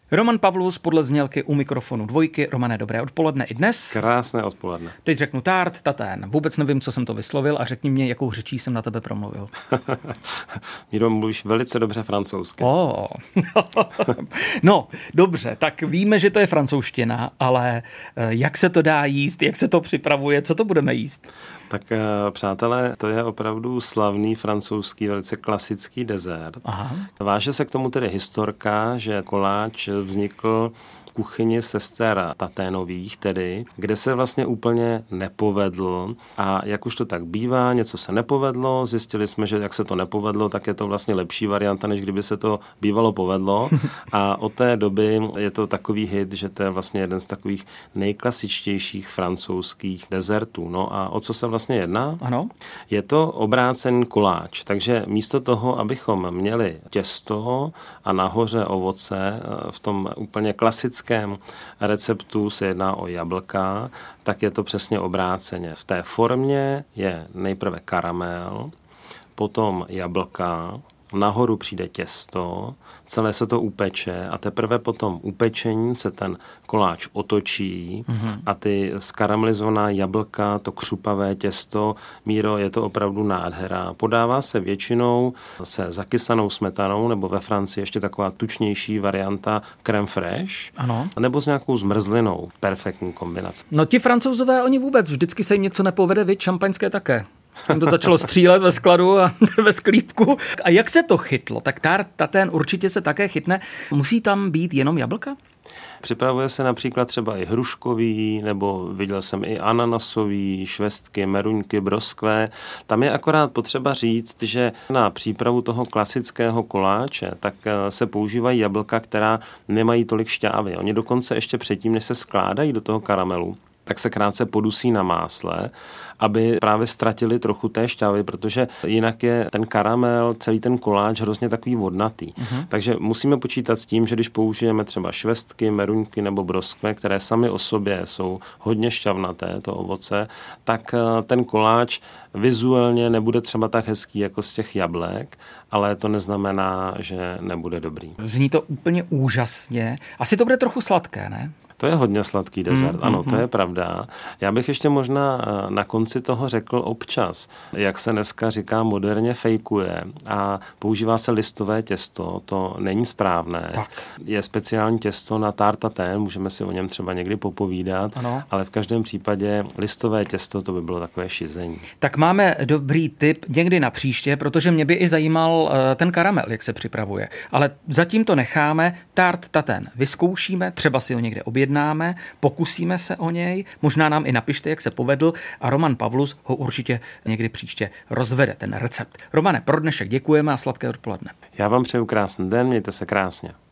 Roman Pavlus podle znělky u mikrofonu Dvojky. Romane, dobré odpoledne i dnes. Krásné odpoledne. Teď řeknu tart, tatén. Vůbec nevím, co jsem to vyslovil a řekni mě, jakou řečí jsem na tebe promluvil. Míro, mluvíš velice dobře francouzsky. No, dobře, tak víme, že to je francouzština, ale jak se to dá jíst, jak se to připravuje, co to budeme jíst? Tak přátelé, to je opravdu slavný francouzský, velice klasický dezert. Aha. Váže se k tomu tedy historka, že koláč vznikl v kuchyni sester Taténových, tedy, kde se vlastně úplně nepovedl a jak už to tak bývá, něco se nepovedlo, zjistili jsme, že jak se to nepovedlo, tak je to vlastně lepší varianta, než kdyby se to bývalo povedlo a od té doby je to takový hit, že to je vlastně jeden z takových nejklasičtějších francouzských dezertů. No a o co se vlastně jedná? Ano. Je to obrácený koláč, takže místo toho, abychom měli těsto a nahoře ovoce, v tom úplně klasickém receptu se jedná o jablka, tak je to přesně obráceně. V té formě je nejprve karamel, potom jablka, nahoru přijde těsto, celé se to upeče a teprve po tom upečení se ten koláč otočí a ty skaramelizovaná jablka, to křupavé těsto, Míro, je to opravdu nádhera. Podává se většinou se zakysanou smetanou, nebo ve Francii ještě taková tučnější varianta crème fraîche, Ano. nebo s nějakou zmrzlinou. Perfektní kombinace. No ti Francouzové, oni vůbec, vždycky se jim něco nepovede, viď, šampaňské také. Tam to začalo střílet ve skladu a ve sklípku. A jak se to chytlo? Tak tatén určitě se také chytne. Musí tam být jenom jablka? Připravuje se například třeba i hruškový, nebo viděl jsem i ananasový, švestky, meruňky, broskve. Tam je akorát potřeba říct, že na přípravu toho klasického koláče tak se používají jablka, která nemají tolik šťávy. Oni dokonce ještě předtím, než se skládají do toho karamelu, tak se krátce podusí na másle, aby právě ztratili trochu té šťávy, protože jinak je ten karamel, celý ten koláč hrozně takový vodnatý. Takže musíme počítat s tím, že když použijeme třeba švestky, meruňky nebo broskve, které sami o sobě jsou hodně šťavnaté, to ovoce, tak ten koláč vizuálně nebude třeba tak hezký jako z těch jablek, ale to neznamená, že nebude dobrý. Zní to úplně úžasně. Asi to bude trochu sladké, ne? To je hodně sladký dezert, ano, to je pravda. Já bych ještě možná na konci toho řekl občas, jak se dneska říká moderně fejkuje a používá se listové těsto, to není správné. Tak. Je speciální těsto na tart tatén, můžeme si o něm třeba někdy popovídat, ano. Ale v každém případě listové těsto to by bylo takové šizení. Tak máme dobrý tip někdy na příště, protože mě by i zajímal ten karamel, jak se připravuje. Ale zatím to necháme, tart tatén vyzkoušíme, třeba si ho někde objednáme, pokusíme se o něj, možná nám i napište, jak se povedl a Roman Pavlus ho určitě někdy příště rozvede, ten recept. Romane, pro dnešek děkujeme a sladké odpoledne. Já vám přeju krásný den, mějte se krásně.